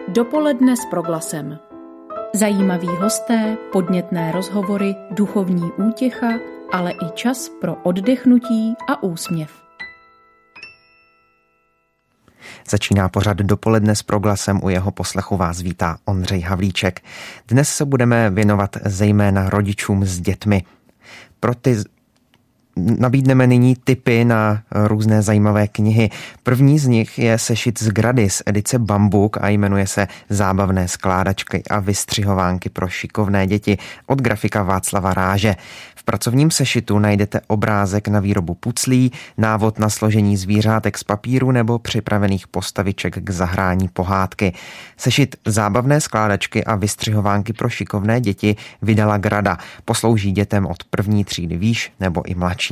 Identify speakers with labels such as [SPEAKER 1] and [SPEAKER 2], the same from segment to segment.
[SPEAKER 1] Dopoledne s Proglasem. Zajímaví hosté, podnětné rozhovory, duchovní útěcha, ale i čas pro oddechnutí a úsměv.
[SPEAKER 2] Začíná pořad Dopoledne s Proglasem, u jeho poslechu vás vítá Ondřej Havlíček. Dnes se budeme věnovat zejména rodičům s dětmi. Nabídneme nyní tipy na různé zajímavé knihy. První z nich je sešit z Grady z edice Bambuk a jmenuje se Zábavné skládačky a vystřihovánky pro šikovné děti od grafika Václava Ráže. V pracovním sešitu najdete obrázek na výrobu puclí, návod na složení zvířátek z papíru nebo připravených postaviček k zahrání pohádky. Sešit Zábavné skládačky a vystřihovánky pro šikovné děti vydala Grada. Poslouží dětem od první třídy výš nebo i mladším.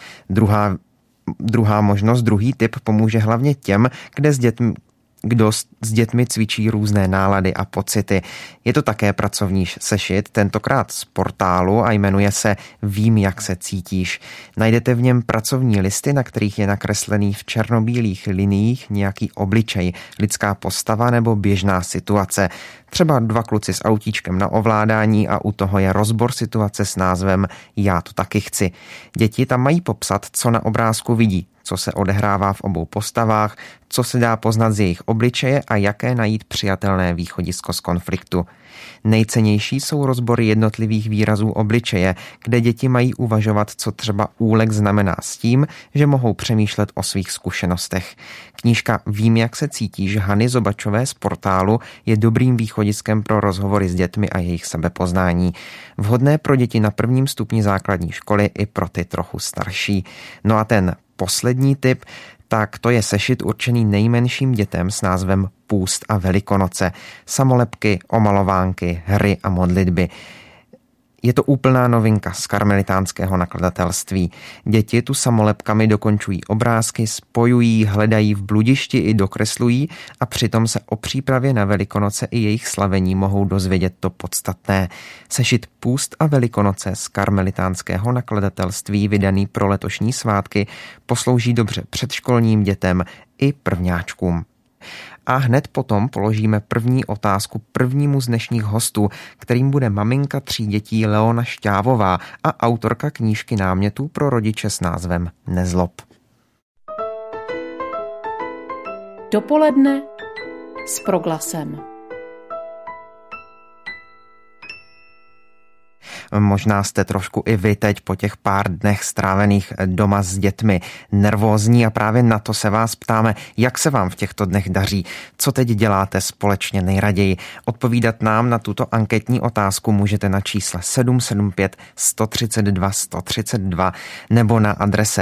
[SPEAKER 2] Druhá možnost, druhý tip pomůže hlavně těm, kdo s dětmi cvičí různé nálady a pocity. Je to také pracovní sešit, tentokrát z portálu a jmenuje se Vím, jak se cítíš. Najdete v něm pracovní listy, na kterých je nakreslený v černobílých liniích nějaký obličej, lidská postava nebo běžná situace. Třeba dva kluci s autíčkem na ovládání a u toho je rozbor situace s názvem Já to taky chci. Děti tam mají popsat, co na obrázku vidí, co se odehrává v obou postavách, co se dá poznat z jejich obličeje a jaké najít přijatelné východisko z konfliktu. Nejcennější jsou rozbory jednotlivých výrazů obličeje, kde děti mají uvažovat, co třeba úlek znamená s tím, že mohou přemýšlet o svých zkušenostech. Knížka Vím, jak se cítíš Hany Zobačové z portálu je dobrým východiskem pro rozhovory s dětmi a jejich sebepoznání. Vhodné pro děti na prvním stupni základní školy i pro ty trochu starší. No a ten poslední tip, tak to je sešit určený nejmenším dětem s názvem Půst a Velikonoce. Samolepky, omalovánky, hry a modlitby. Je to úplná novinka z karmelitánského nakladatelství. Děti tu samolepkami dokončují obrázky, spojují, hledají v bludišti i dokreslují a přitom se o přípravě na Velikonoce i jejich slavení mohou dozvědět to podstatné. Sešit Půst a Velikonoce z karmelitánského nakladatelství vydaný pro letošní svátky poslouží dobře předškolním dětem i prvňáčkům. A hned potom položíme první otázku prvnímu z dnešních hostů, kterým bude maminka 3 dětí Leona Šťávová a autorka knížky námětů pro rodiče s názvem Nezlob.
[SPEAKER 1] Dopoledne s Proglasem.
[SPEAKER 2] Možná jste trošku i vy teď po těch pár dnech strávených doma s dětmi nervózní a právě na to se vás ptáme, jak se vám v těchto dnech daří, co teď děláte společně nejraději. Odpovídat nám na tuto anketní otázku můžete na čísle 775 132 132 nebo na adrese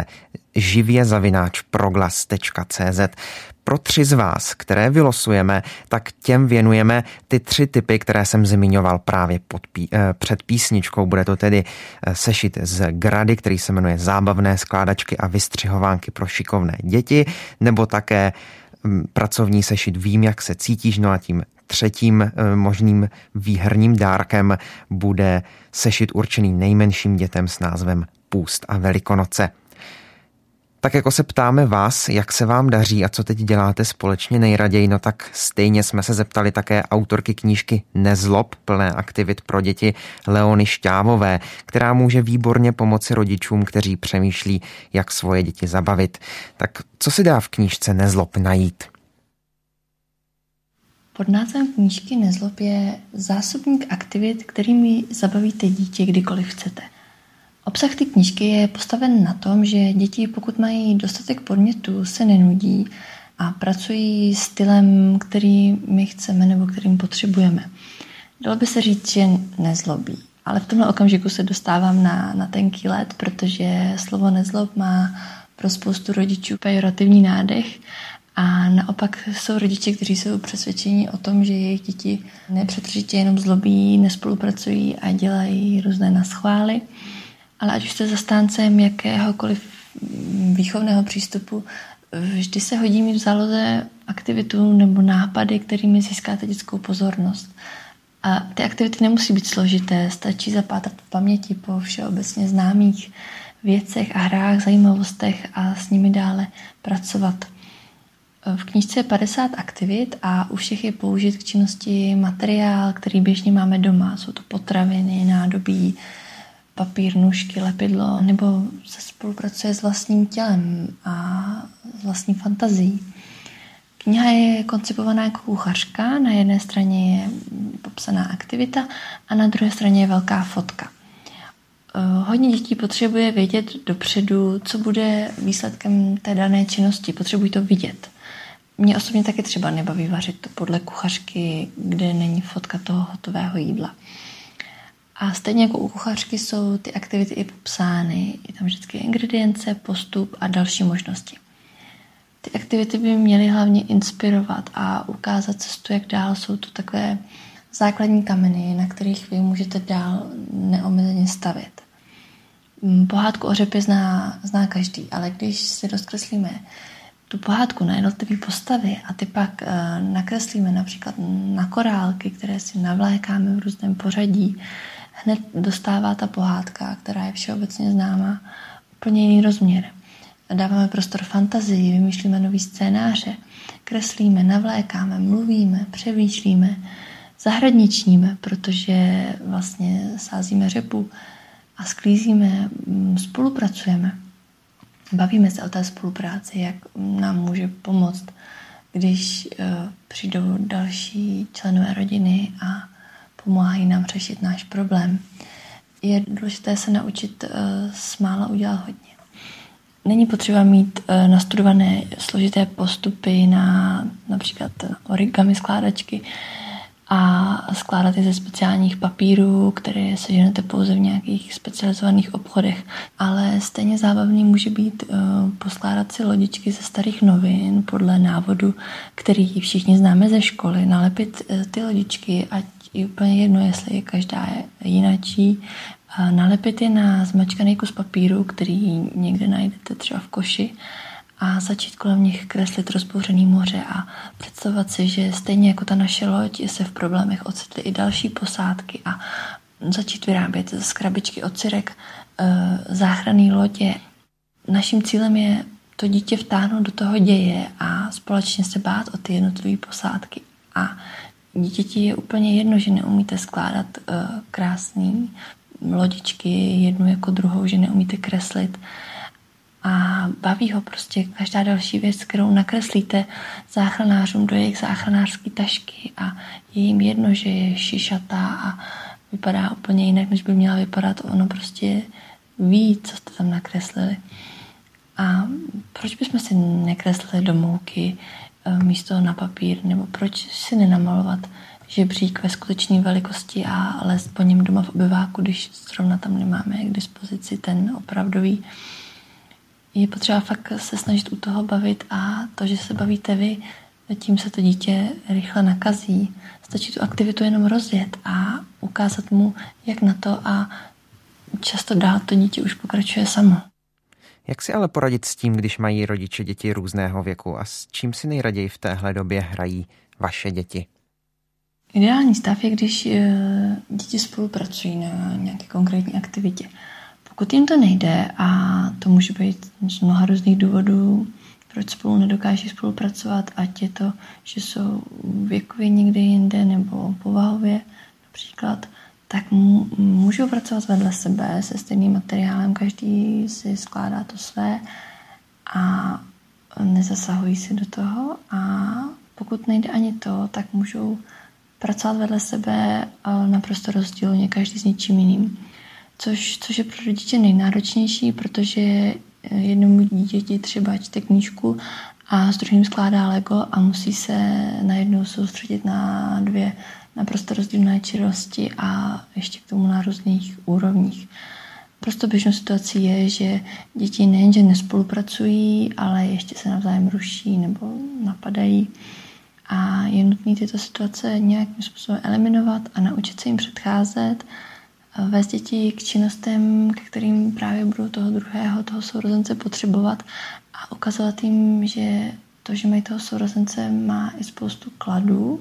[SPEAKER 2] živě@proglas.cz. Pro 3 z vás, které vylosujeme, tak těm věnujeme ty 3 tipy, které jsem zmiňoval právě před písničkou. Bude to tedy sešit z Grady, který se jmenuje Zábavné skládačky a vystřihovánky pro šikovné děti, nebo také pracovní sešit Vím, jak se cítíš. No a tím třetím možným výherním dárkem bude sešit určený nejmenším dětem s názvem Půst a Velikonoce. Tak jako se ptáme vás, jak se vám daří a co teď děláte společně nejraději, no tak stejně jsme se zeptali také autorky knížky Nezlob, plné aktivit pro děti Leony Šťávové, která může výborně pomoci rodičům, kteří přemýšlí, jak svoje děti zabavit. Tak co se dá v knížce Nezlob najít?
[SPEAKER 3] Pod názvem knížky Nezlob je zásobník aktivit, kterými zabavíte dítě kdykoliv chcete. Obsah té knížky je postaven na tom, že děti, pokud mají dostatek podnětů, se nenudí a pracují stylem, který my chceme nebo kterým potřebujeme. Dalo by se říct, že nezlobí. Ale v tomhle okamžiku se dostávám na tenký led, protože slovo nezlob má pro spoustu rodičů pejorativní nádech a naopak jsou rodiče, kteří jsou přesvědčeni o tom, že jejich děti nepřetržitě jenom zlobí, nespolupracují a dělají různé naschvály. Ale ať už jste zastáncem jakéhokoliv výchovného přístupu, vždy se hodí mít v záloze aktivitu nebo nápady, kterými získáte dětskou pozornost. A ty aktivity nemusí být složité, stačí zapátrat v paměti po všeobecně známých věcech a hrách, zajímavostech a s nimi dále pracovat. V knížce je 50 aktivit a u všech je použit k činnosti materiál, který běžně máme doma. Jsou to potraviny, nádobí, papír, nůžky, lepidlo, nebo se spolupracuje s vlastním tělem a s vlastní fantazií. Kniha je koncipovaná jako kuchařka, na jedné straně je popsaná aktivita a na druhé straně je velká fotka. Hodně dětí potřebuje vědět dopředu, co bude výsledkem té dané činnosti. Potřebují to vidět. Mě osobně taky třeba nebaví vařit podle kuchařky, kde není fotka toho hotového jídla. A stejně jako u kuchařky jsou ty aktivity i popsány. Je tam vždycky ingredience, postup a další možnosti. Ty aktivity by měly hlavně inspirovat a ukázat cestu, jak dál. Jsou to takové základní kameny, na kterých vy můžete dál neomezeně stavět. Pohádku o řepě zná každý, ale když si rozkreslíme tu pohádku na jednotlivé postavy a ty pak nakreslíme například na korálky, které si navlékáme v různém pořadí, hned dostává ta pohádka, která je všeobecně známá, úplně jiný rozměr. Dáváme prostor fantazii, vymýšlíme nový scénáře, kreslíme, navlékáme, mluvíme, přemýšlíme, zahradničníme, protože vlastně sázíme řepu a sklízíme, spolupracujeme. Bavíme se o té spolupráci, jak nám může pomoct, když přijdou další členové rodiny a pomáhají nám řešit náš problém. Je důležité se naučit s mála udělat hodně. Není potřeba mít nastudované složité postupy na například origami skládačky a skládat je ze speciálních papírů, které seženete pouze v nějakých specializovaných obchodech. Ale stejně zábavný může být poskládat si lodičky ze starých novin podle návodu, který všichni známe ze školy. Nalepit ty lodičky, ať je úplně jedno, jestli je každá jinačí, nalepit je na zmačkaný kus papíru, který někde najdete třeba v koši, a začít kolem nich kreslit rozbouřený moře a představovat si, že stejně jako ta naše loď se v problémech ocitly i další posádky a začít vyrábět z krabičky od sirek záchranné lodě. Naším cílem je to dítě vtáhnout do toho děje a společně se bát o ty jednotlivé posádky. A dítěti je úplně jedno, že neumíte skládat krásný lodičky jednu jako druhou, že neumíte kreslit. A baví ho prostě každá další věc, kterou nakreslíte záchranářům do jejich záchranářské tašky a je jim jedno, že je šišatá a vypadá úplně jinak, než by měla vypadat. Ono prostě ví, co jste tam nakreslili. A proč bychom si nekreslili do mouky místo na papír, nebo proč si nenamalovat žebřík ve skutečné velikosti a lézt po něm doma v obyváku, když zrovna tam nemáme k dispozici ten opravdový. Je potřeba fakt se snažit u toho bavit a to, že se bavíte vy, tím se to dítě rychle nakazí. Stačí tu aktivitu jenom rozjet a ukázat mu, jak na to, a často dál to dítě už pokračuje samo.
[SPEAKER 2] Jak si ale poradit s tím, když mají rodiče děti různého věku a s čím si nejraději v téhle době hrají vaše děti?
[SPEAKER 3] Ideální stav je, když děti spolupracují na nějaké konkrétní aktivitě. Pokud jim to nejde, a to může být z mnoha různých důvodů, proč spolu nedokáží spolupracovat, ať je to, že jsou věkově někde jinde nebo povahově například, tak můžou pracovat vedle sebe se stejným materiálem, každý si skládá to své a nezasahují si do toho, a pokud nejde ani to, tak můžou pracovat vedle sebe naprosto rozdílně, každý s něčím jiným. Což je pro rodiče nejnáročnější, protože jednomu dítěti třeba čte knížku a s druhým skládá Lego a musí se najednou soustředit na dvě naprosto rozdílné činnosti a ještě k tomu na různých úrovních. Prosto běžnou situací je, že děti nejenže nespolupracují, ale ještě se navzájem ruší nebo napadají. A je nutné tyto situace nějakým způsobem eliminovat a naučit se jim předcházet, vést děti k činnostem, ke kterým právě budou toho sourozence potřebovat, a ukazovat jim, že to, že mají toho sourozence, má i spoustu kladů.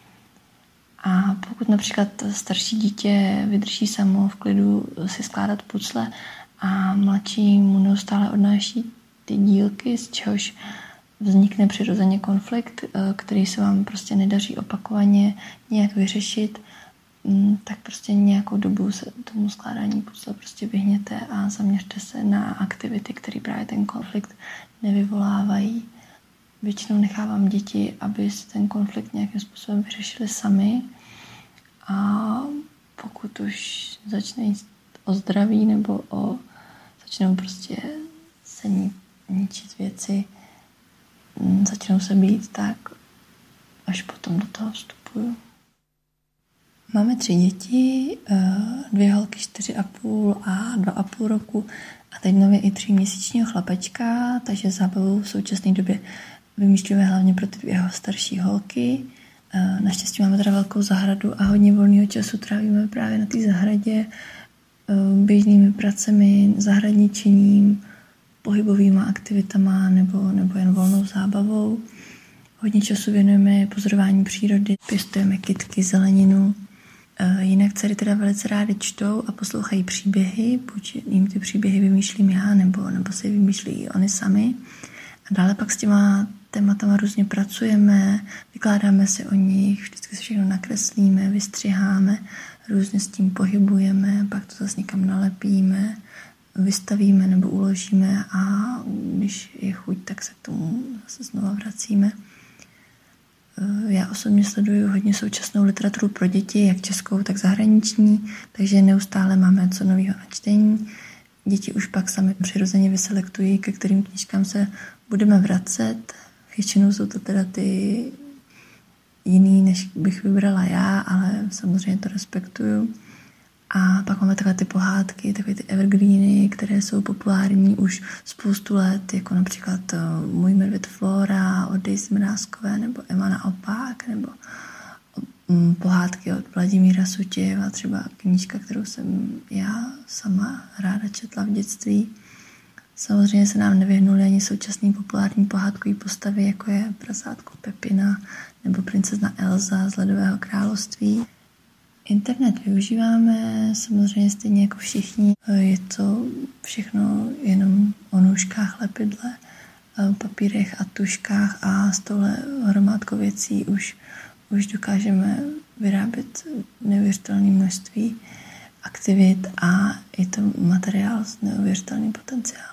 [SPEAKER 3] A pokud například starší dítě vydrží samo v klidu si skládat pucle a mladší mu neustále odnáší ty dílky, z čehož vznikne přirozeně konflikt, který se vám prostě nedaří opakovaně nějak vyřešit, tak prostě nějakou dobu se tomu skládání puzzle prostě vyhněte a zaměřte se na aktivity, které právě ten konflikt nevyvolávají. Většinou nechávám děti, aby si ten konflikt nějakým způsobem vyřešili sami, a pokud už začne jít o zdraví nebo začnou prostě se ničit věci, začnou se bít, tak až potom do toho vstupuju. Máme 3 děti, 2 holky 4,5 a 2,5 roku a teď nově i 3měsíčního chlapečka, takže zábavu v současné době vymýšlíme hlavně pro ty 2 starší holky. Naštěstí máme teda velkou zahradu a hodně volného času trávíme právě na té zahradě běžnými pracemi, zahradničením, pohybovýma aktivitama nebo jen volnou zábavou. Hodně času věnujeme pozorování přírody, pěstujeme kytky, zeleninu. Jinak dcery teda velice rády čtou a poslouchají příběhy, buď jim ty příběhy vymýšlím já, nebo si je vymýšlí oni sami. A dále pak s těma tématama různě pracujeme, vykládáme si o nich, vždycky se všechno nakreslíme, vystřiháme, různě s tím pohybujeme, pak to zase někam nalepíme, vystavíme nebo uložíme a když je chuť, tak se k tomu zase znova vracíme. Já osobně sleduju hodně současnou literaturu pro děti, jak českou, tak zahraniční, takže neustále máme co nového na čtení. Děti už pak sami přirozeně vyselektují, ke kterým knížkám se budeme vracet. Většinou jsou to teda ty jiný, než bych vybrala já, ale samozřejmě to respektuju. A pak máme takové ty pohádky, takové ty evergreeny, které jsou populární už spoustu let, jako například Můj medvěd Flora od Daisy Mrázkové, nebo Ema naopak, nebo pohádky od Vladimíra Sutějeva, třeba knížka, kterou jsem já sama ráda četla v dětství. Samozřejmě se nám nevyhnuly ani současné populární pohádkové postavy, jako je Prasátko Pepina nebo Princezna Elza z Ledového království. Internet využíváme samozřejmě stejně jako všichni. Je to všechno jenom o nůžkách, lepidle, papírech a tuškách a s touhle hromádkou věcí už dokážeme vyrábět neuvěřitelné množství aktivit a je to materiál s neuvěřitelným potenciálem.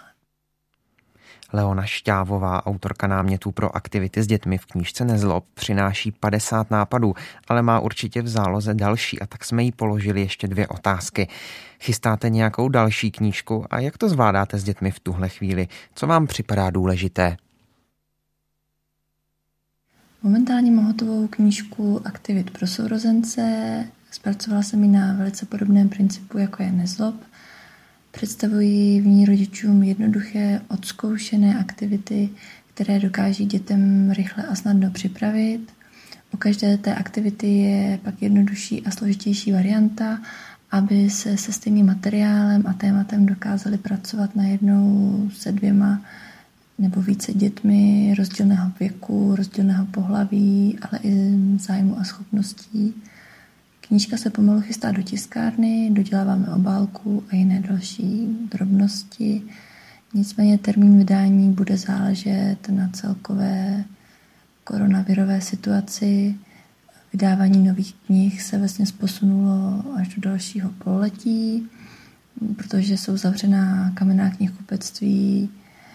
[SPEAKER 2] Leona Šťávová, autorka námětů pro aktivity s dětmi v knížce Nezlob, přináší 50 nápadů, ale má určitě v záloze další a tak jsme jí položili ještě 2 otázky. Chystáte nějakou další knížku a jak to zvládáte s dětmi v tuhle chvíli? Co vám připadá důležité?
[SPEAKER 3] Momentálně mám hotovou knížku aktivit pro sourozence. Zpracovala jsem ji na velice podobném principu, jako je Nezlob. Představují v ní rodičům jednoduché, odzkoušené aktivity, které dokáží dětem rychle a snadno připravit. U každé té aktivity je pak jednodušší a složitější varianta, aby se stejným materiálem a tématem dokázali pracovat najednou se 2 nebo více dětmi rozdílného věku, rozdílného pohlaví, ale i zájmu a schopností. Knížka se pomalu chystá do tiskárny, doděláváme obálku a jiné další drobnosti. Nicméně termín vydání bude záležet na celkové koronavirové situaci. Vydávání nových knih se vlastně posunulo až do dalšího pololetí, protože jsou zavřená kamenná knihkupectví.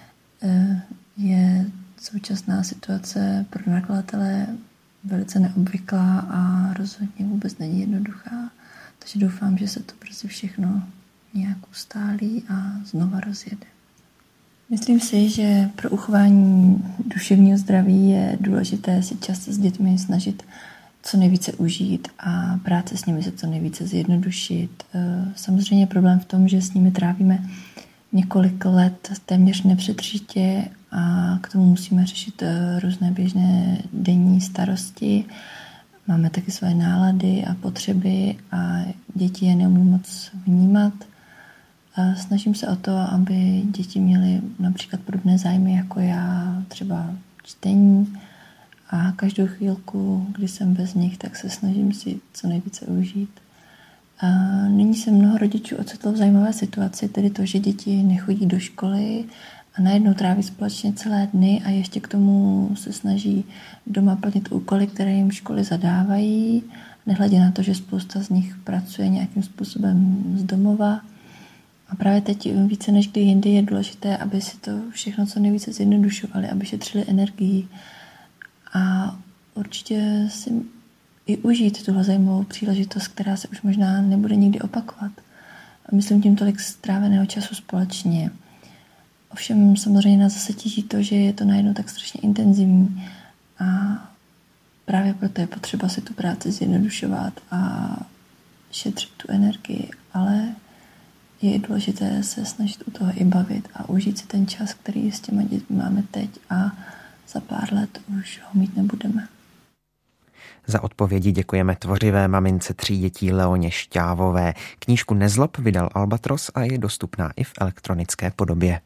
[SPEAKER 3] Je současná situace pro nakladatele velice neobvyklá a rozhodně vůbec není jednoduchá. Takže doufám, že se to brzy všechno nějak ustálí a znova rozjede. Myslím si, že pro uchování duševního zdraví je důležité si čas s dětmi snažit co nejvíce užít a práce s nimi se co nejvíce zjednodušit. Samozřejmě je problém v tom, že s nimi trávíme několik let téměř nepřetržitě a k tomu musíme řešit různé běžné denní starosti. Máme taky své nálady a potřeby a děti je neumí moc vnímat. A snažím se o to, aby děti měly například podobné zájmy jako já, třeba čtení, a každou chvílku, kdy jsem bez nich, tak se snažím si co nejvíce užít. A nyní se mnoho rodičů ocitlo v zajímavé situaci, tedy to, že děti nechodí do školy a najednou tráví společně celé dny a ještě k tomu se snaží doma plnit úkoly, které jim školy zadávají, nehledě na to, že spousta z nich pracuje nějakým způsobem z domova. A právě teď více než kdy jindy je důležité, aby si to všechno co nejvíce zjednodušovali, aby šetřili energii a určitě si i užít tuhle zajímavou příležitost, která se už možná nebude nikdy opakovat. A myslím tím tolik stráveného času společně. Ovšem samozřejmě nás zase tíží to, že je to najednou tak strašně intenzivní a právě proto je potřeba si tu práci zjednodušovat a šetřit tu energii, ale je důležité se snažit u toho i bavit a užít si ten čas, který s těma dětmi máme teď a za pár let už ho mít nebudeme.
[SPEAKER 2] Za odpovědi děkujeme tvořivé mamince 3 dětí Leoně Šťávové. Knížku Nezlob vydal Albatros a je dostupná i v elektronické podobě.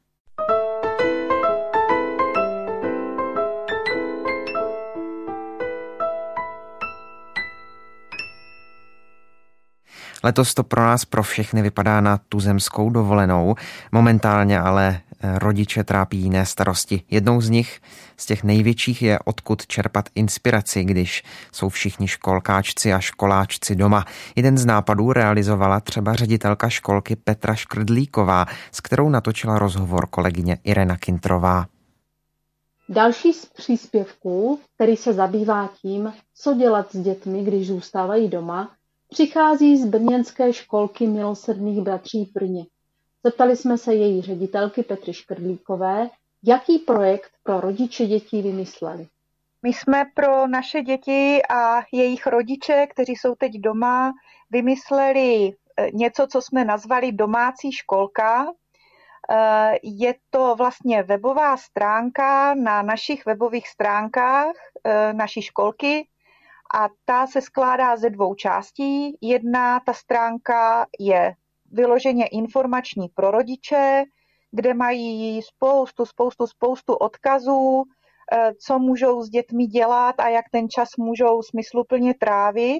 [SPEAKER 2] Letos to pro nás pro všechny vypadá na tuzemskou dovolenou. Momentálně ale rodiče trápí jiné starosti. Jednou z nich, z těch největších, je odkud čerpat inspiraci, když jsou všichni školkáčci a školáčci doma. Jeden z nápadů realizovala třeba ředitelka školky Petra Škrdlíková, s kterou natočila rozhovor kolegyně Irena Kintrová.
[SPEAKER 4] Další z příspěvků, který se zabývá tím, co dělat s dětmi, když zůstávají doma, přichází z brněnské školky Milosrdných bratří v Brně. Zeptali jsme se její ředitelky Petry Škrdlíkové, jaký projekt pro rodiče dětí vymysleli.
[SPEAKER 5] My jsme pro naše děti a jejich rodiče, kteří jsou teď doma, vymysleli něco, co jsme nazvali domácí školka. Je to vlastně webová stránka na našich webových stránkách naší školky a ta se skládá ze 2 částí. Jedna, ta stránka je vyloženě informační pro rodiče, kde mají spoustu odkazů, co můžou s dětmi dělat a jak ten čas můžou smysluplně trávit.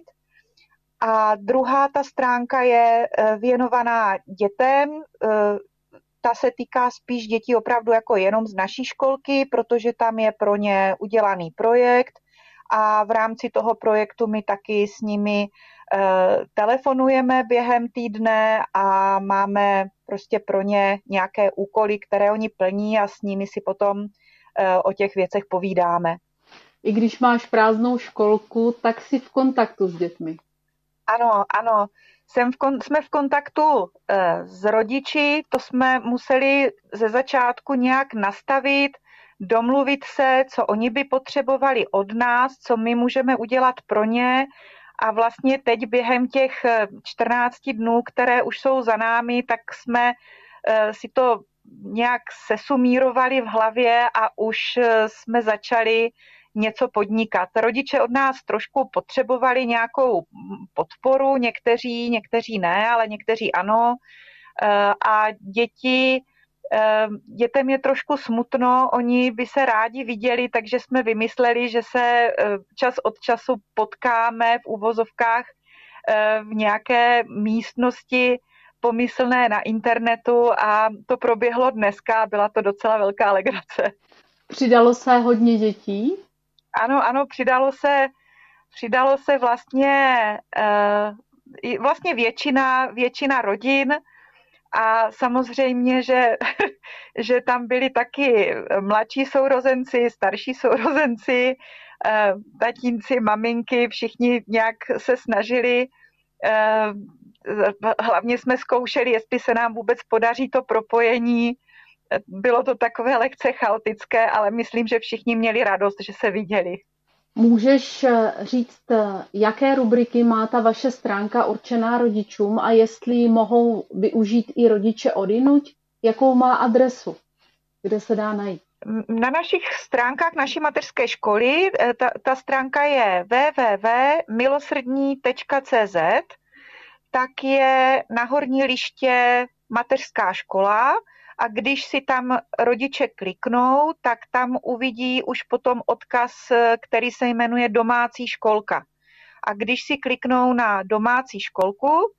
[SPEAKER 5] A druhá ta stránka je věnovaná dětem. Ta se týká spíš dětí opravdu jako jenom z naší školky, protože tam je pro ně udělaný projekt a v rámci toho projektu my taky s nimi telefonujeme během týdne a máme prostě pro ně nějaké úkoly, které oni plní a s nimi si potom o těch věcech povídáme.
[SPEAKER 4] I když máš prázdnou školku, tak jsi v kontaktu s dětmi.
[SPEAKER 5] Ano. Jsme v kontaktu s rodiči, to jsme museli ze začátku nějak nastavit, domluvit se, co oni by potřebovali od nás, co my můžeme udělat pro ně. A vlastně teď během těch 14 dnů, které už jsou za námi, tak jsme si to nějak sesumírovali v hlavě a už jsme začali něco podnikat. Rodiče od nás trošku potřebovali nějakou podporu, někteří ne, ale někteří ano. A dětem je trošku smutno, oni by se rádi viděli, takže jsme vymysleli, že se čas od času potkáme v uvozovkách v nějaké místnosti pomyslné na internetu a to proběhlo dneska, byla to docela velká legrace.
[SPEAKER 4] Přidalo se hodně dětí?
[SPEAKER 5] Ano, přidalo se vlastně většina rodin a samozřejmě, že tam byli taky mladší sourozenci, starší sourozenci, tatínci, maminky, všichni nějak se snažili. Hlavně jsme zkoušeli, jestli se nám vůbec podaří to propojení. Bylo to takové lehce chaotické, ale myslím, že všichni měli radost, že se viděli.
[SPEAKER 4] Můžeš říct, jaké rubriky má ta vaše stránka určená rodičům a jestli ji mohou využít i rodiče odjinuť? Jakou má adresu? Kde se dá najít?
[SPEAKER 5] Na našich stránkách naší mateřské školy, ta stránka je www.milosrdní.cz, tak je na horní liště mateřská škola a když si tam rodiče kliknou, tak tam uvidí už potom odkaz, který se jmenuje domácí školka. A když si kliknou na domácí školku,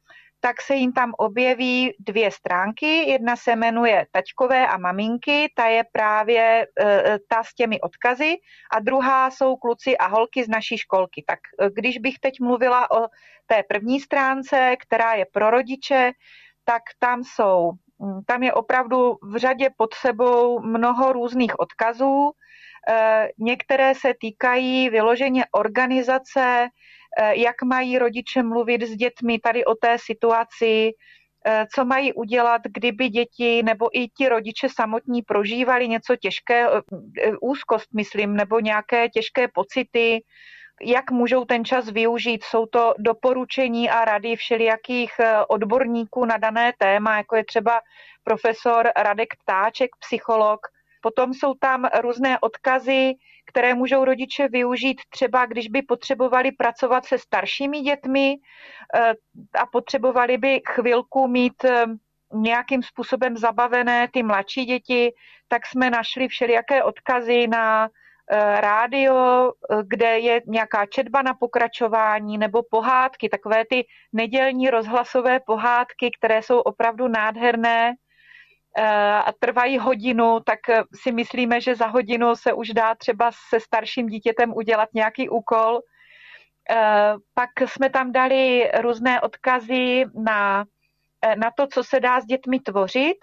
[SPEAKER 5] tak se jim tam objeví 2 stránky. Jedna se jmenuje Tačkové a maminky, ta je právě ta s těmi odkazy, a druhá jsou kluci a holky z naší školky. Tak když bych teď mluvila o té první stránce, která je pro rodiče, tak tam je opravdu v řadě pod sebou mnoho různých odkazů. Některé se týkají vyloženě organizace, jak mají rodiče mluvit s dětmi tady o té situaci, co mají udělat, kdyby děti nebo i ti rodiče samotní prožívali něco těžké, úzkost myslím, nebo nějaké těžké pocity, jak můžou ten čas využít. Jsou to doporučení a rady všelijakých odborníků na dané téma, jako je třeba profesor Radek Ptáček, psycholog. Potom jsou tam různé odkazy, které můžou rodiče využít třeba, když by potřebovali pracovat se staršími dětmi a potřebovali by chvilku mít nějakým způsobem zabavené ty mladší děti, tak jsme našli všelijaké odkazy na rádio, kde je nějaká četba na pokračování, nebo pohádky, takové ty nedělní rozhlasové pohádky, které jsou opravdu nádherné a trvají hodinu, tak si myslíme, že za hodinu se už dá třeba se starším dítětem udělat nějaký úkol. Pak jsme tam dali různé odkazy na to, co se dá s dětmi tvořit.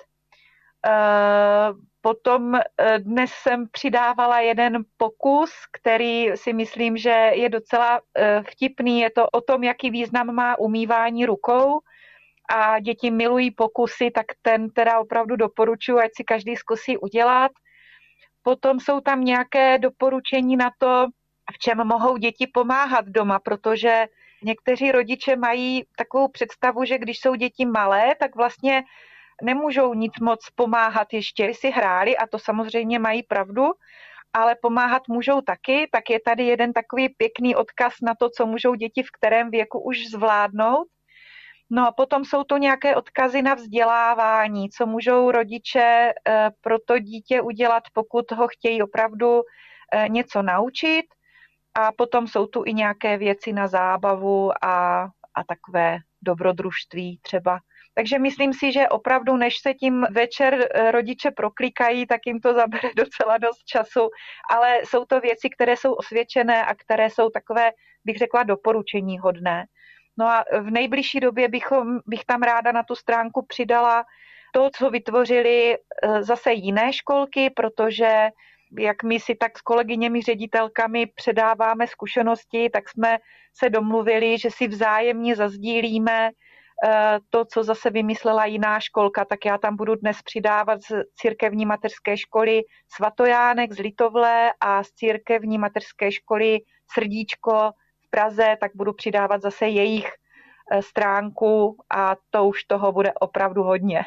[SPEAKER 5] Potom dnes jsem přidávala jeden pokus, který si myslím, že je docela vtipný. Je to o tom, jaký význam má umývání rukou. A děti milují pokusy, tak ten teda opravdu doporučuji, ať si každý zkusí udělat. Potom jsou tam nějaké doporučení na to, v čem mohou děti pomáhat doma, protože někteří rodiče mají takovou představu, že když jsou děti malé, tak vlastně nemůžou nic moc pomáhat ještě, si hráli, a to samozřejmě mají pravdu, ale pomáhat můžou taky. Tak je tady jeden takový pěkný odkaz na to, co můžou děti v kterém věku už zvládnout. No a potom jsou to nějaké odkazy na vzdělávání, co můžou rodiče pro to dítě udělat, pokud ho chtějí opravdu něco naučit. A potom jsou tu i nějaké věci na zábavu a takové dobrodružství třeba. Takže myslím si, že opravdu, než se tím večer rodiče proklikají, tak jim to zabere docela dost času, ale jsou to věci, které jsou osvědčené a které jsou takové, bych řekla, doporučení hodné. No a v nejbližší době bych tam ráda na tu stránku přidala to, co vytvořili zase jiné školky, protože jak my si tak s kolegyněmi ředitelkami předáváme zkušenosti, tak jsme se domluvili, že si vzájemně zasdílíme to, co zase vymyslela jiná školka. Tak já tam budu dnes přidávat z církevní mateřské školy Svatojánek z Litovle a z církevní mateřské školy Srdíčko v Praze, tak budu přidávat zase jejich stránku a to už toho bude opravdu hodně.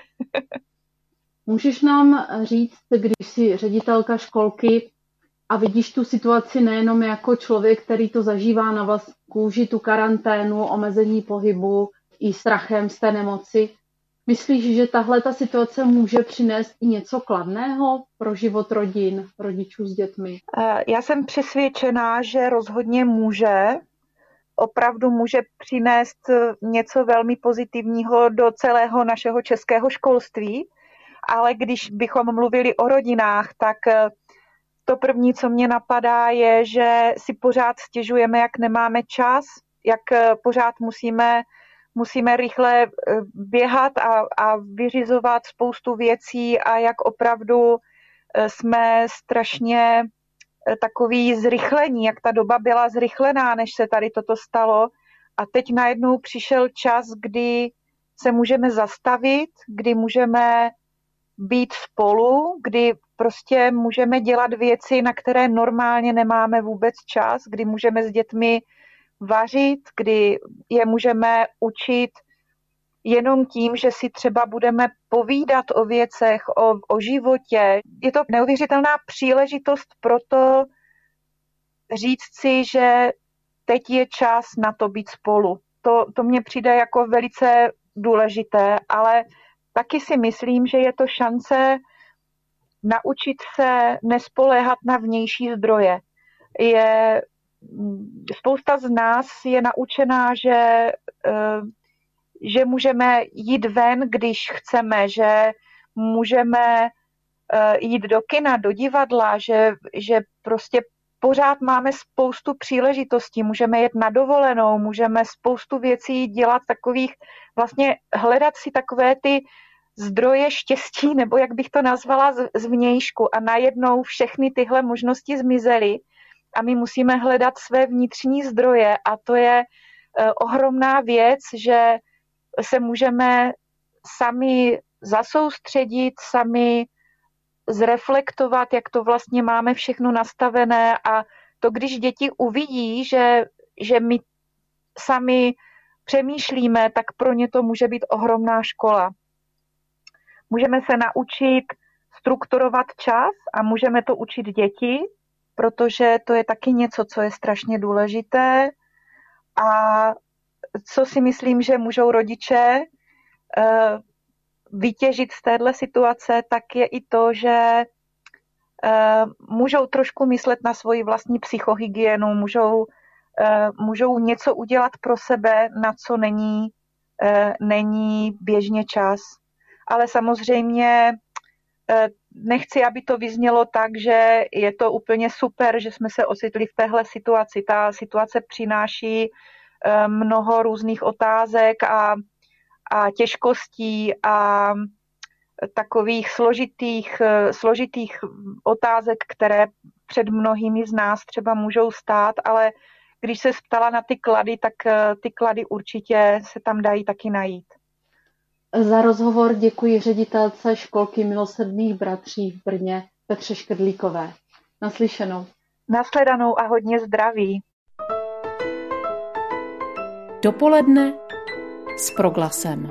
[SPEAKER 4] Můžeš nám říct, když jsi ředitelka školky a vidíš tu situaci nejenom jako člověk, který to zažívá na vlastní kůži, tu karanténu, omezení pohybu i strachem z té nemoci, myslíš, že tahle ta situace může přinést i něco kladného pro život rodin, rodičů s dětmi?
[SPEAKER 5] Já jsem přesvědčená, že rozhodně může. Opravdu může přinést něco velmi pozitivního do celého našeho českého školství. Ale když bychom mluvili o rodinách, tak to první, co mě napadá, je, že si pořád stěžujeme, jak nemáme čas, jak pořád musíme rychle běhat a vyřizovat spoustu věcí a jak opravdu jsme strašně takový zrychlení, jak ta doba byla zrychlená, než se tady toto stalo. A teď najednou přišel čas, kdy se můžeme zastavit, kdy můžeme být spolu, kdy prostě můžeme dělat věci, na které normálně nemáme vůbec čas, kdy můžeme s dětmi vařit, kdy je můžeme učit jenom tím, že si třeba budeme povídat o věcech, o životě. Je to neuvěřitelná příležitost pro to říct si, že teď je čas na to být spolu. To mně přijde jako velice důležité, ale taky si myslím, že je to šance naučit se nespoléhat na vnější zdroje. Spousta z nás je naučená, že můžeme jít ven, když chceme, že můžeme jít do kina, do divadla, že prostě pořád máme spoustu příležitostí, můžeme jet na dovolenou, můžeme spoustu věcí dělat takových, vlastně hledat si takové ty zdroje štěstí, nebo jak bych to nazvala, z vnějšku, a najednou všechny tyhle možnosti zmizely a my musíme hledat své vnitřní zdroje, a to je ohromná věc, že se můžeme sami zasoustředit, sami zreflektovat, jak to vlastně máme všechno nastavené, a to, když děti uvidí, že my sami přemýšlíme, tak pro ně to může být ohromná škola. Můžeme se naučit strukturovat čas a můžeme to učit děti, protože to je taky něco, co je strašně důležité. A co si myslím, že můžou rodiče vytěžit z téhle situace, tak je i to, že můžou trošku myslet na svoji vlastní psychohygienu, můžou něco udělat pro sebe, na co není běžně čas. Ale samozřejmě nechci, aby to vyznělo tak, že je to úplně super, že jsme se ocitli v téhle situaci. Ta situace přináší mnoho různých otázek a těžkostí a takových složitých otázek, které před mnohými z nás třeba můžou stát, ale když se ptala na ty klady, tak ty klady určitě se tam dají taky najít.
[SPEAKER 4] Za rozhovor děkuji ředitelce školky Milosrdných bratří v Brně Petře Škedlíkové. Naslyšenou.
[SPEAKER 5] Nashledanou a hodně zdraví.
[SPEAKER 1] Dopoledne s Proglasem.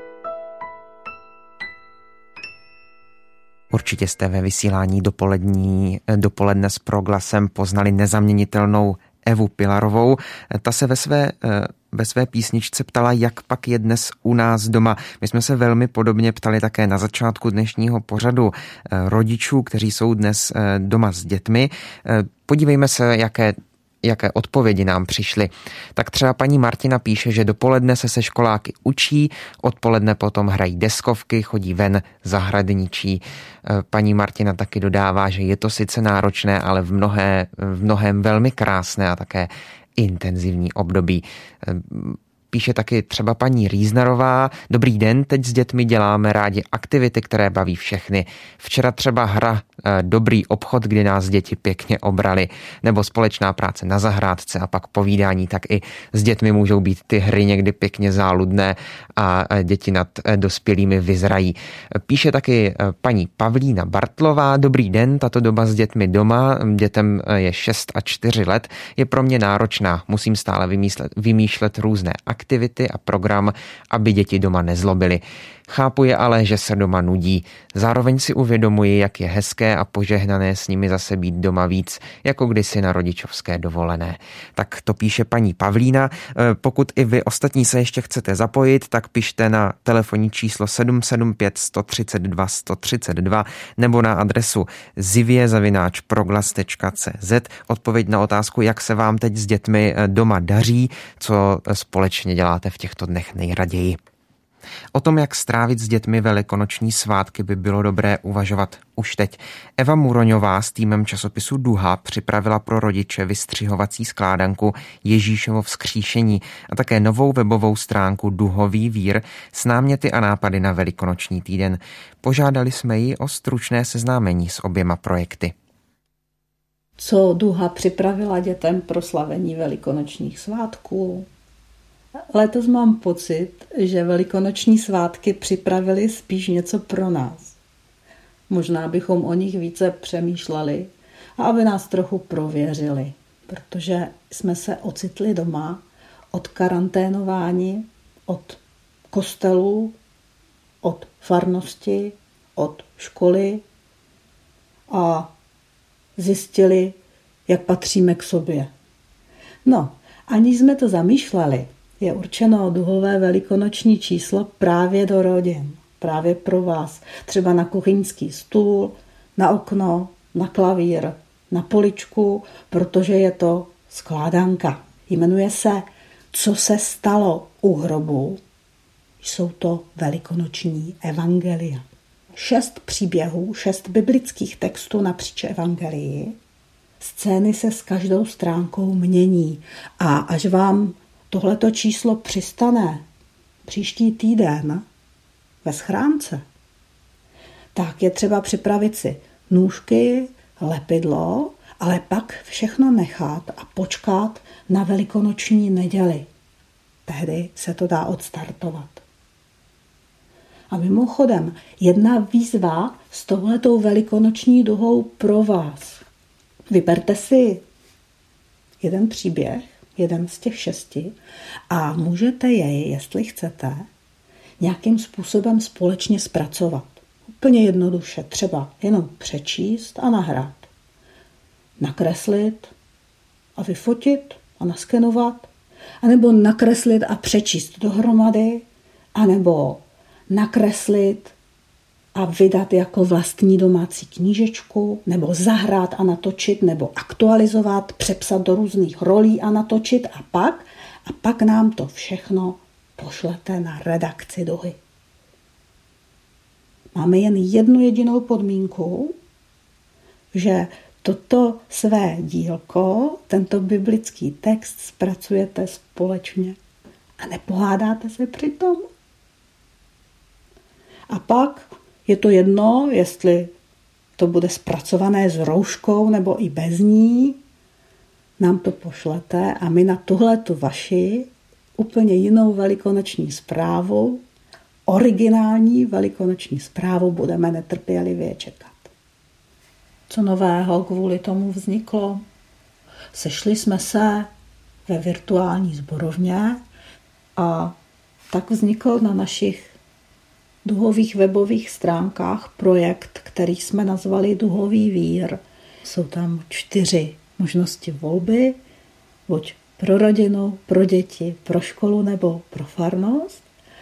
[SPEAKER 2] Určitě jste ve vysílání dopoledne s Proglasem poznali nezaměnitelnou Evu Pilarovou. Ta se ve své písničce ptala, jak pak je dnes u nás doma. My jsme se velmi podobně ptali také na začátku dnešního pořadu rodičů, kteří jsou dnes doma s dětmi. Podívejme se, jaké odpovědi nám přišly. Tak třeba paní Martina píše, že dopoledne se školáky učí, odpoledne potom hrají deskovky, chodí ven, zahradničí. Paní Martina taky dodává, že je to sice náročné, ale v mnohém velmi krásné a také intenzivní období. Píše taky třeba paní Rýznarová. Dobrý den, teď s dětmi děláme rádi aktivity, které baví všechny. Včera třeba hra Dobrý obchod, kdy nás děti pěkně obrali, nebo společná práce na zahrádce a pak povídání, tak i s dětmi můžou být ty hry někdy pěkně záludné a děti nad dospělými vyzrají. Píše taky paní Pavlína Bartlová. Dobrý den, tato doba s dětmi doma, dětem je 6 a 4 let, je pro mě náročná. Musím stále vymýšlet různé aktivity a program, aby děti doma nezlobily. Chápu je ale, že se doma nudí. Zároveň si uvědomuji, jak je hezké a požehnané s nimi zase být doma víc, jako kdysi na rodičovské dovolené. Tak to píše paní Pavlína. Pokud i vy ostatní se ještě chcete zapojit, tak pište na telefonní číslo 775 132 132 nebo na adresu zivie@proglas.cz. Odpověď na otázku, jak se vám teď s dětmi doma daří, co společně děláte v těchto dnech nejraději. O tom, jak strávit s dětmi velikonoční svátky, by bylo dobré uvažovat už teď. Eva Muroňová s týmem časopisu Duha připravila pro rodiče vystřihovací skládanku Ježíšovo vzkříšení a také novou webovou stránku Duhový vír s náměty a nápady na velikonoční týden. Požádali jsme ji o stručné seznámení s oběma projekty.
[SPEAKER 6] Co Duha připravila dětem pro slavení velikonočních svátků? Letos mám pocit, že velikonoční svátky připravili spíš něco pro nás. Možná bychom o nich více přemýšleli a aby nás trochu prověřili, protože jsme se ocitli doma od karanténování, od kostelů, od farnosti, od školy a zjistili, jak patříme k sobě. No, aniž jsme to zamýšleli, je určeno duhové velikonoční číslo právě do rodin, právě pro vás. Třeba na kuchyňský stůl, na okno, na klavír, na poličku, protože je to skládanka. Jmenuje se Co se stalo u hrobu Jsou to velikonoční evangelia. 6 příběhů, 6 biblických textů napříč evangelii. Scény se s každou stránkou mění a až vám tohleto číslo přistane příští týden ve schránce, tak je třeba připravit si nůžky, lepidlo, ale pak všechno nechat a počkat na velikonoční neděli. Tehdy se to dá odstartovat. A mimochodem, jedna výzva s touhletou velikonoční duhou pro vás. Vyberte si jeden příběh, jeden z těch 6 a můžete jej, jestli chcete, nějakým způsobem společně zpracovat. Úplně jednoduše, třeba jenom přečíst a nahrát. Nakreslit a vyfotit a naskenovat, anebo nakreslit a přečíst dohromady, anebo nakreslit a vydat jako vlastní domácí knížečku, nebo zahrát a natočit, nebo aktualizovat, přepsat do různých rolí a natočit a pak nám to všechno pošlete na redakci Duhy. Máme jen jednu jedinou podmínku, že toto své dílko, tento biblický text zpracujete společně a nepohádáte se přitom. A pak je to jedno, jestli to bude zpracované s rouškou nebo i bez ní, nám to pošlete a my na tuhletu vaši úplně jinou velikonoční zprávu, originální velikonoční zprávu budeme netrpělivě čekat. Co nového kvůli tomu vzniklo? Sešli jsme se ve virtuální sborovně a tak vznikl na našich duhových webových stránkách projekt, který jsme nazvali Duhový vír. Jsou tam 4 možnosti volby, buď pro rodinu, pro děti, pro školu nebo pro farnost.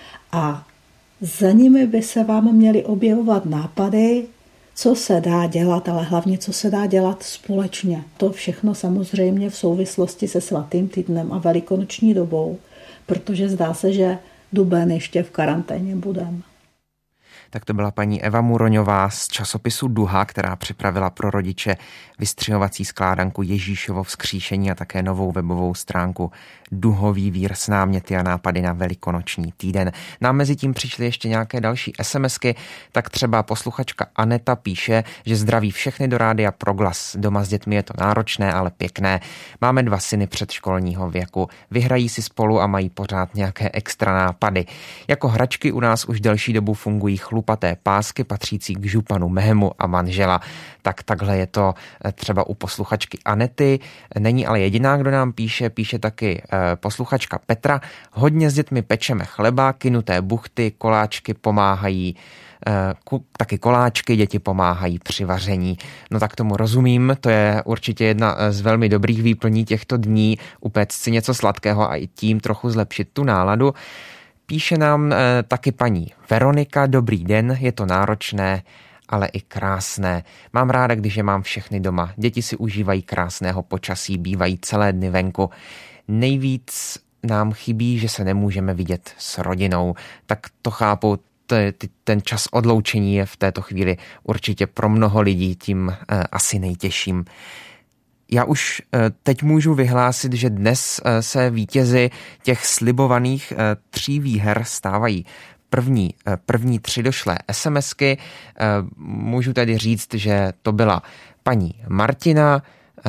[SPEAKER 6] A za nimi by se vám měly objevovat nápady, co se dá dělat, ale hlavně, co se dá dělat společně. To všechno samozřejmě v souvislosti se svatým týdnem a velikonoční dobou, protože zdá se, že duben ještě v karanténě budeme.
[SPEAKER 2] Tak to byla paní Eva Muroňová z časopisu Duha, která připravila pro rodiče vystřihovací skládanku Ježíšovo vzkříšení a také novou webovou stránku Duhový vír s náměty a nápady na velikonoční týden. Nám mezi tím přišly ještě nějaké další SMSky, tak třeba posluchačka Aneta píše, že zdraví všechny do Rádia Proglas. Doma s dětmi je to náročné, ale pěkné. Máme 2 syny předškolního věku. Vyhrají si spolu a mají pořád nějaké extra nápady. Jako hračky u nás už delší dobu fungují chlupaté pásky patřící k županu Mehemu a manžela. Tak takhle je to třeba u posluchačky Anety. Není ale jediná, kdo nám píše taky posluchačka Petra. Hodně s dětmi pečeme chleba, kynuté buchty, koláčky pomáhají, taky koláčky, děti pomáhají při vaření. No tak tomu rozumím, to je určitě jedna z velmi dobrých výplní těchto dní, upéct si něco sladkého a i tím trochu zlepšit tu náladu. Píše nám taky paní Veronika, dobrý den, je to náročné, ale i krásné. Mám ráda, když je mám všechny doma. Děti si užívají krásného počasí, bývají celé dny venku. Nejvíc nám chybí, že se nemůžeme vidět s rodinou. Tak to chápu, ten čas odloučení je v této chvíli určitě pro mnoho lidí tím asi nejtěžším. Já už teď můžu vyhlásit, že dnes se vítězi těch slibovaných 3 výher stávají první 3 došlé SMSky. Můžu tedy říct, že to byla paní Martina,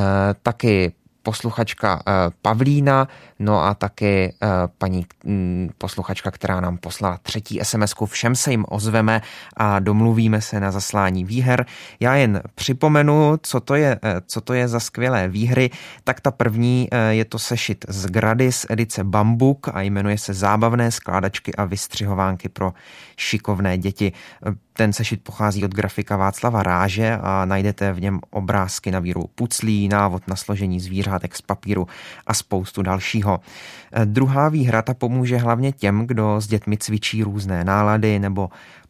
[SPEAKER 2] taky posluchačka Pavlína, no a taky paní posluchačka, která nám poslala 3. SMSku. Všem se jim ozveme a domluvíme se na zaslání výher. Já jen připomenu, co to je za skvělé výhry. Tak ta první je to sešit z Gradis edice Bambuk a jmenuje se Zábavné skládačky a vystřihovánky pro šikovné děti. Ten sešit pochází od grafika Václava Ráže a najdete v něm obrázky na výrobu puclí, návod na složení zvířátek z papíru a spoustu dalšího. Druhá výhra ta pomůže hlavně těm, kdo s dětmi cvičí různé nálady nebo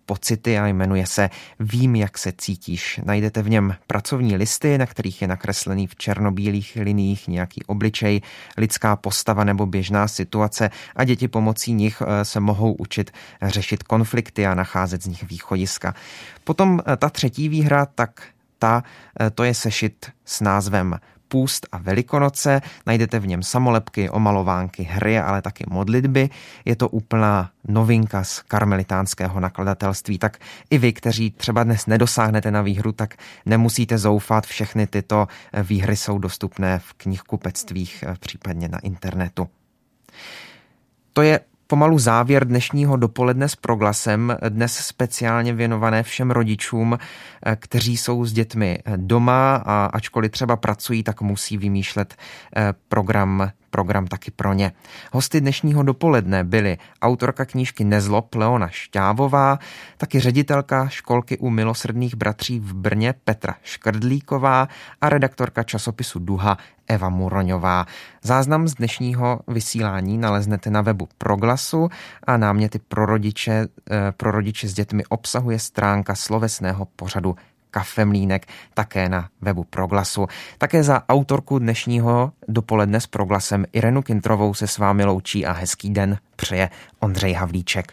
[SPEAKER 2] pocity a jmenuje se Vím, jak se cítíš. Najdete v něm pracovní listy, na kterých je nakreslený v černobílých liniích nějaký obličej, lidská postava nebo běžná situace a děti pomocí nich se mohou učit řešit konflikty a nacházet z nich východiska. Potom ta třetí výhra, to je sešit s názvem Půst a Velikonoce. Najdete v něm samolepky, omalovánky, hry, ale taky modlitby. Je to úplná novinka z karmelitánského nakladatelství. Tak i vy, kteří třeba dnes nedosáhnete na výhru, tak nemusíte zoufat. Všechny tyto výhry jsou dostupné v knihkupectvích, případně na internetu. To je pomalu závěr dnešního dopoledne s Proglasem, dnes speciálně věnované všem rodičům, kteří jsou s dětmi doma a ačkoliv třeba pracují, tak musí vymýšlet program taky pro ně. Hosty dnešního dopoledne byly autorka knížky Nezlob Leona Šťávová, taky ředitelka školky u Milosrdných bratří v Brně Petra Škrdlíková a redaktorka časopisu Duha Eva Muroňová. Záznam z dnešního vysílání naleznete na webu Proglasu a náměty pro rodiče s dětmi obsahuje stránka slovesného pořadu Kafemlínek také na webu Proglasu. Také za autorku dnešního dopoledne s Proglasem Irenu Kintrovou se s vámi loučí a hezký den přeje Ondřej Havlíček.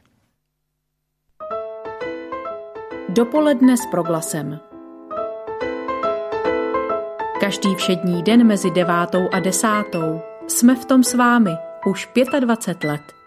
[SPEAKER 1] Dopoledne s Proglasem. Každý všední den mezi 9. a 10. jsme v tom s vámi už 25 let.